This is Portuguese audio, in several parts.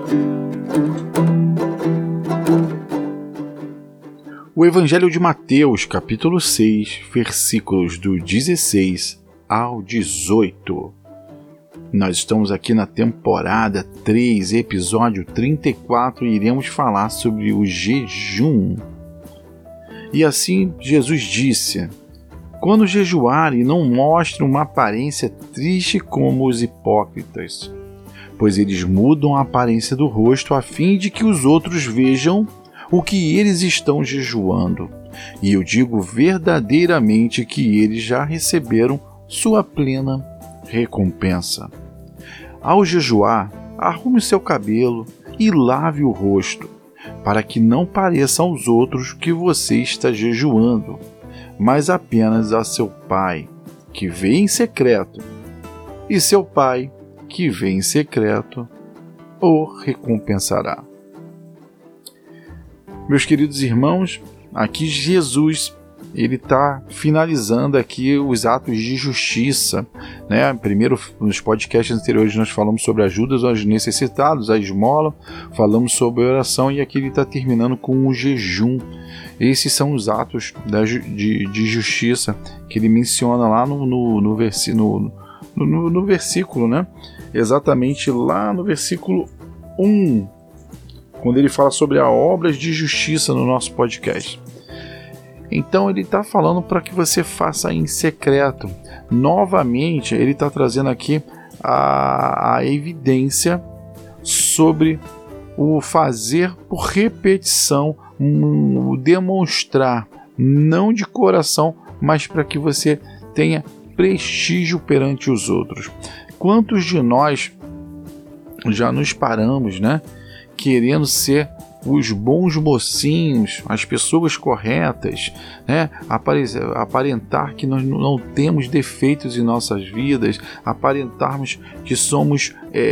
O Evangelho de Mateus, capítulo 6, versículos do 16 ao 18. Nós estamos aqui na temporada 3, episódio 34, e iremos falar sobre o jejum. E assim Jesus disse: quando jejuarem, não mostrem uma aparência triste como os hipócritas, pois eles mudam a aparência do rosto a fim de que os outros vejam o que eles estão jejuando. E eu digo verdadeiramente que eles já receberam sua plena recompensa. Ao jejuar, arrume o seu cabelo e lave o rosto, para que não pareça aos outros que você está jejuando, mas apenas a seu Pai, que vê em secreto. E seu Pai, que vê em secreto, o recompensará. Meus queridos irmãos, aqui Jesus ele está finalizando aqui os atos de justiça, né? Primeiro, nos podcasts anteriores nós falamos sobre ajudas aos necessitados, a esmola, falamos sobre a oração, e aqui ele está terminando com o jejum. Esses são os atos de justiça que ele menciona lá no versículo, né? Exatamente lá no versículo 1, quando ele fala sobre as obras de justiça no nosso podcast. Então ele está falando para que você faça em secreto. Novamente, ele está trazendo aqui a evidência sobre o fazer por repetição, o demonstrar, não de coração, mas para que você tenha prestígio perante os outros. Quantos de nós já nos paramos, né, querendo ser os bons mocinhos, as pessoas corretas, né? Aparentar que nós não temos defeitos em nossas vidas, aparentarmos que somos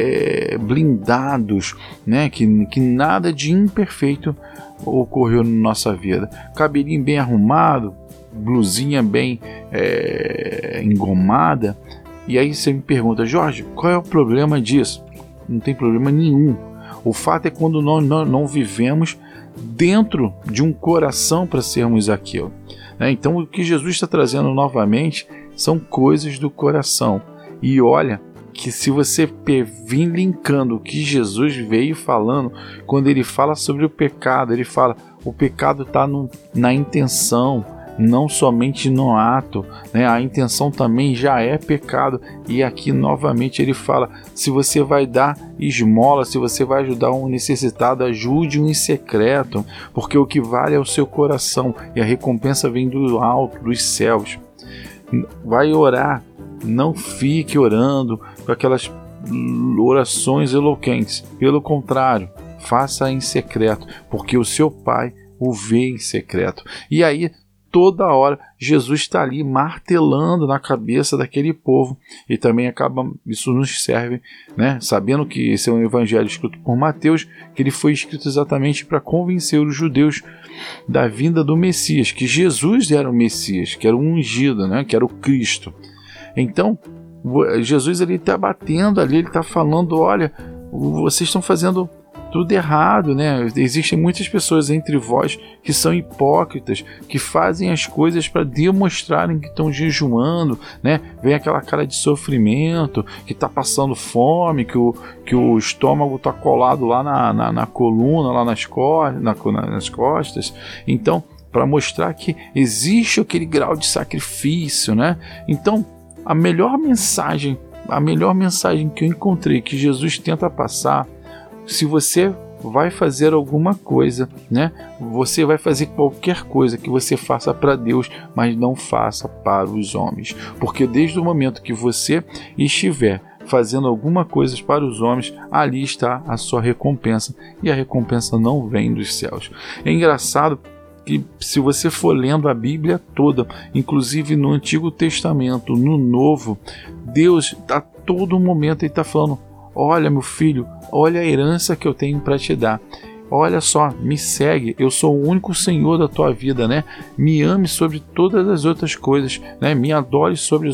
blindados, né? Que nada de imperfeito ocorreu na nossa vida. Cabelinho bem arrumado, blusinha bem engomada, e aí você me pergunta: Jorge, qual é o problema disso? Não tem problema nenhum. O fato é quando nós não vivemos dentro de um coração para sermos aquilo. Então o que Jesus está trazendo novamente são coisas do coração. E olha que se você vir linkando o que Jesus veio falando, quando ele fala sobre o pecado, ele fala: o pecado está na intenção, não somente no ato, né? A intenção também já é pecado. E aqui novamente ele fala: se você vai dar esmola, se você vai ajudar um necessitado, ajude-o em secreto, porque o que vale é o seu coração, e a recompensa vem do alto, dos céus. Vai orar, não fique orando com aquelas orações eloquentes, pelo contrário, faça em secreto, porque o seu Pai o vê em secreto. E aí toda hora Jesus está ali martelando na cabeça daquele povo, e também isso nos serve, né? Sabendo que esse é um evangelho escrito por Mateus, que ele foi escrito exatamente para convencer os judeus da vinda do Messias, que Jesus era o Messias, que era o ungido, né? Que era o Cristo. Então Jesus está batendo ali, ele está falando: olha, vocês estão fazendo tudo errado, né? Existem muitas pessoas entre vós que são hipócritas, que fazem as coisas para demonstrarem que estão jejuando, né? Vem aquela cara de sofrimento, que está passando fome, que o estômago está colado lá na coluna, lá nas costas. Então, para mostrar que existe aquele grau de sacrifício, né? Então, a melhor mensagem que eu encontrei, que Jesus tenta passar: se você vai fazer alguma coisa, né? Você vai fazer qualquer coisa que você faça para Deus, mas não faça para os homens, porque desde o momento que você estiver fazendo alguma coisa para os homens, ali está a sua recompensa, e a recompensa não vem dos céus. É engraçado que, se você for lendo a Bíblia toda, inclusive no Antigo Testamento, no Novo, Deus a todo momento está falando: olha, meu filho, olha a herança que eu tenho para te dar. olha só, me segue, eu sou o único Senhor da tua vida, né? Me ame sobre todas as outras coisas, né? Me adore sobre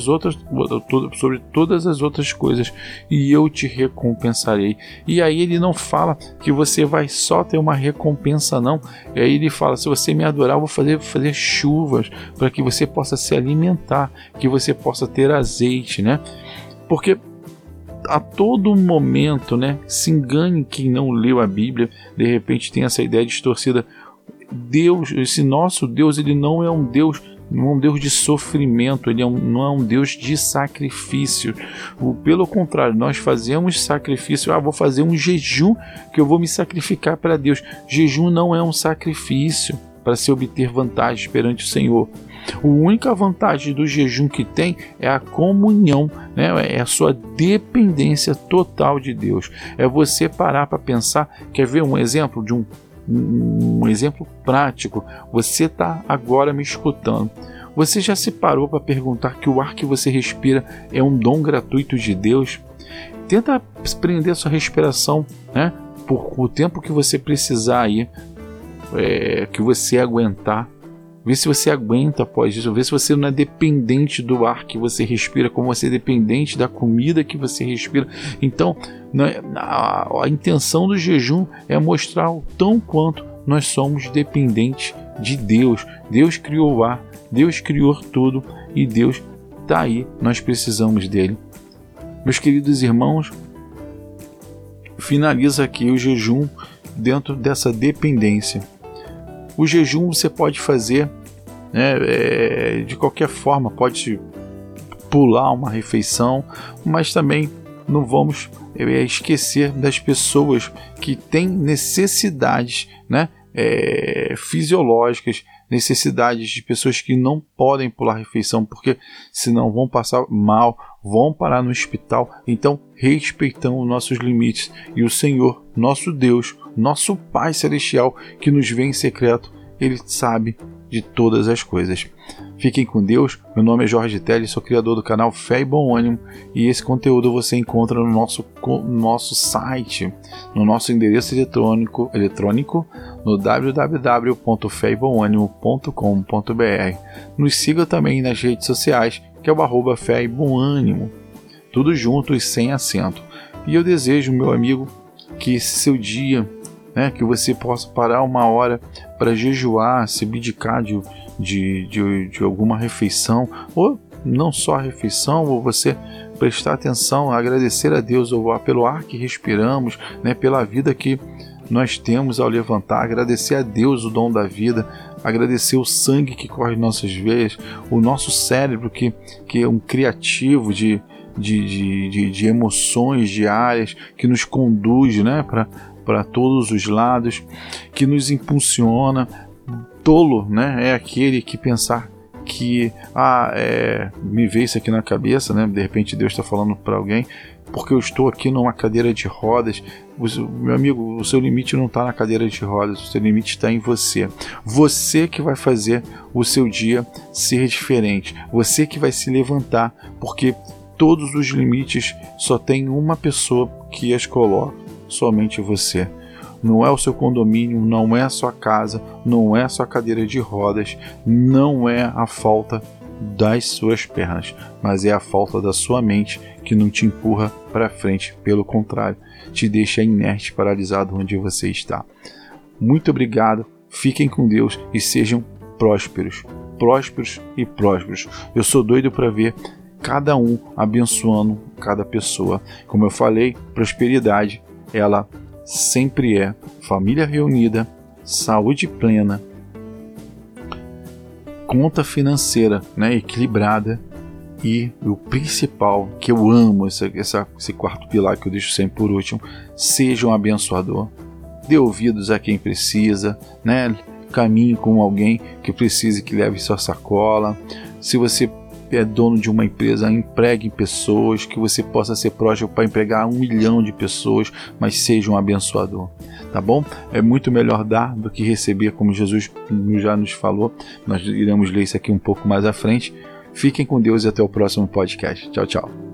todas as outras coisas e eu te recompensarei. E aí ele não fala que você vai só ter uma recompensa, não. E aí ele fala, se você me adorar, eu vou fazer chuvas para que você possa se alimentar, que você possa ter azeite, né? Porque a todo momento, né, se engane quem não leu a Bíblia, de repente tem essa ideia distorcida. Deus, esse nosso Deus, ele não é um Deus de sofrimento, ele não é um Deus de sacrifício. Pelo contrário, nós fazemos sacrifício. Vou fazer um jejum que eu vou me sacrificar para Deus. Jejum não é um sacrifício para se obter vantagens perante o Senhor. A única vantagem do jejum que tem é a comunhão, né? É a sua dependência total de Deus. É você parar para pensar. Quer ver um exemplo de um exemplo prático? Você está agora me escutando. Você já se parou para perguntar que o ar que você respira é um dom gratuito de Deus? Tenta prender a sua respiração, né? Por o tempo que você precisar aí, que você aguentar. Vê se você aguenta após isso, vê se você não é dependente do ar que você respira, como você é dependente da comida que você respira. Então, a intenção do jejum é mostrar o tão quanto nós somos dependentes de Deus. Deus criou o ar, Deus criou tudo e Deus está aí, nós precisamos dele. Meus queridos irmãos, finaliza aqui o jejum dentro dessa dependência. O jejum você pode fazer, né, de qualquer forma, pode pular uma refeição, mas também não vamos esquecer das pessoas que têm necessidades, né, fisiológicas, necessidades de pessoas que não podem pular refeição, porque senão vão passar mal, vão parar no hospital. Então, respeitamos nossos limites e o Senhor, nosso Deus, nosso Pai Celestial, que nos vê em secreto, Ele sabe de todas as coisas. Fiquem com Deus. Meu nome é Jorge Teles, sou criador do canal Fé e Bom Ânimo, e esse conteúdo você encontra no nosso site, no nosso endereço eletrônico no www.feebomanimo.com.br. Nos siga também nas redes sociais, que é o @Fé e Bom Ânimo, tudo junto e sem acento. E eu desejo, meu amigo, que esse seu dia, né, que você possa parar uma hora para jejuar, se abdicar de alguma refeição, ou não só a refeição, ou você prestar atenção, agradecer a Deus pelo ar que respiramos, né, pela vida que nós temos ao levantar, agradecer a Deus o dom da vida, agradecer o sangue que corre em nossas veias, o nosso cérebro que é um criativo de emoções diárias, que nos conduz, né, para todos os lados, que nos impulsiona. Tolo, né, é aquele que pensar que me veio isso aqui na cabeça, né, de repente Deus está falando para alguém, porque eu estou aqui numa cadeira de rodas. Meu amigo, o seu limite não está na cadeira de rodas, o seu limite está em você. Você que vai fazer o seu dia ser diferente, você que vai se levantar, porque todos os limites só tem uma pessoa que as coloca, somente você. Não é o seu condomínio, não é a sua casa, não é a sua cadeira de rodas, não é a falta das suas pernas, mas é a falta da sua mente que não te empurra para frente, pelo contrário, te deixa inerte, paralisado onde você está. Muito obrigado, fiquem com Deus e sejam prósperos e prósperos. Eu sou doido para ver cada um abençoando cada pessoa. Como eu falei, prosperidade, ela sempre é família reunida, saúde plena, conta financeira, né, equilibrada, e o principal, que eu amo, esse quarto pilar que eu deixo sempre por último, seja um abençoador. Dê ouvidos a quem precisa, né, caminhe com alguém que precise, que leve sua sacola. Se você é dono de uma empresa, empregue pessoas, que você possa ser próspero para empregar 1 milhão de pessoas, mas seja um abençoador, tá bom? É muito melhor dar do que receber, como Jesus já nos falou. Nós iremos ler isso aqui um pouco mais à frente. Fiquem com Deus e até o próximo podcast. Tchau, tchau.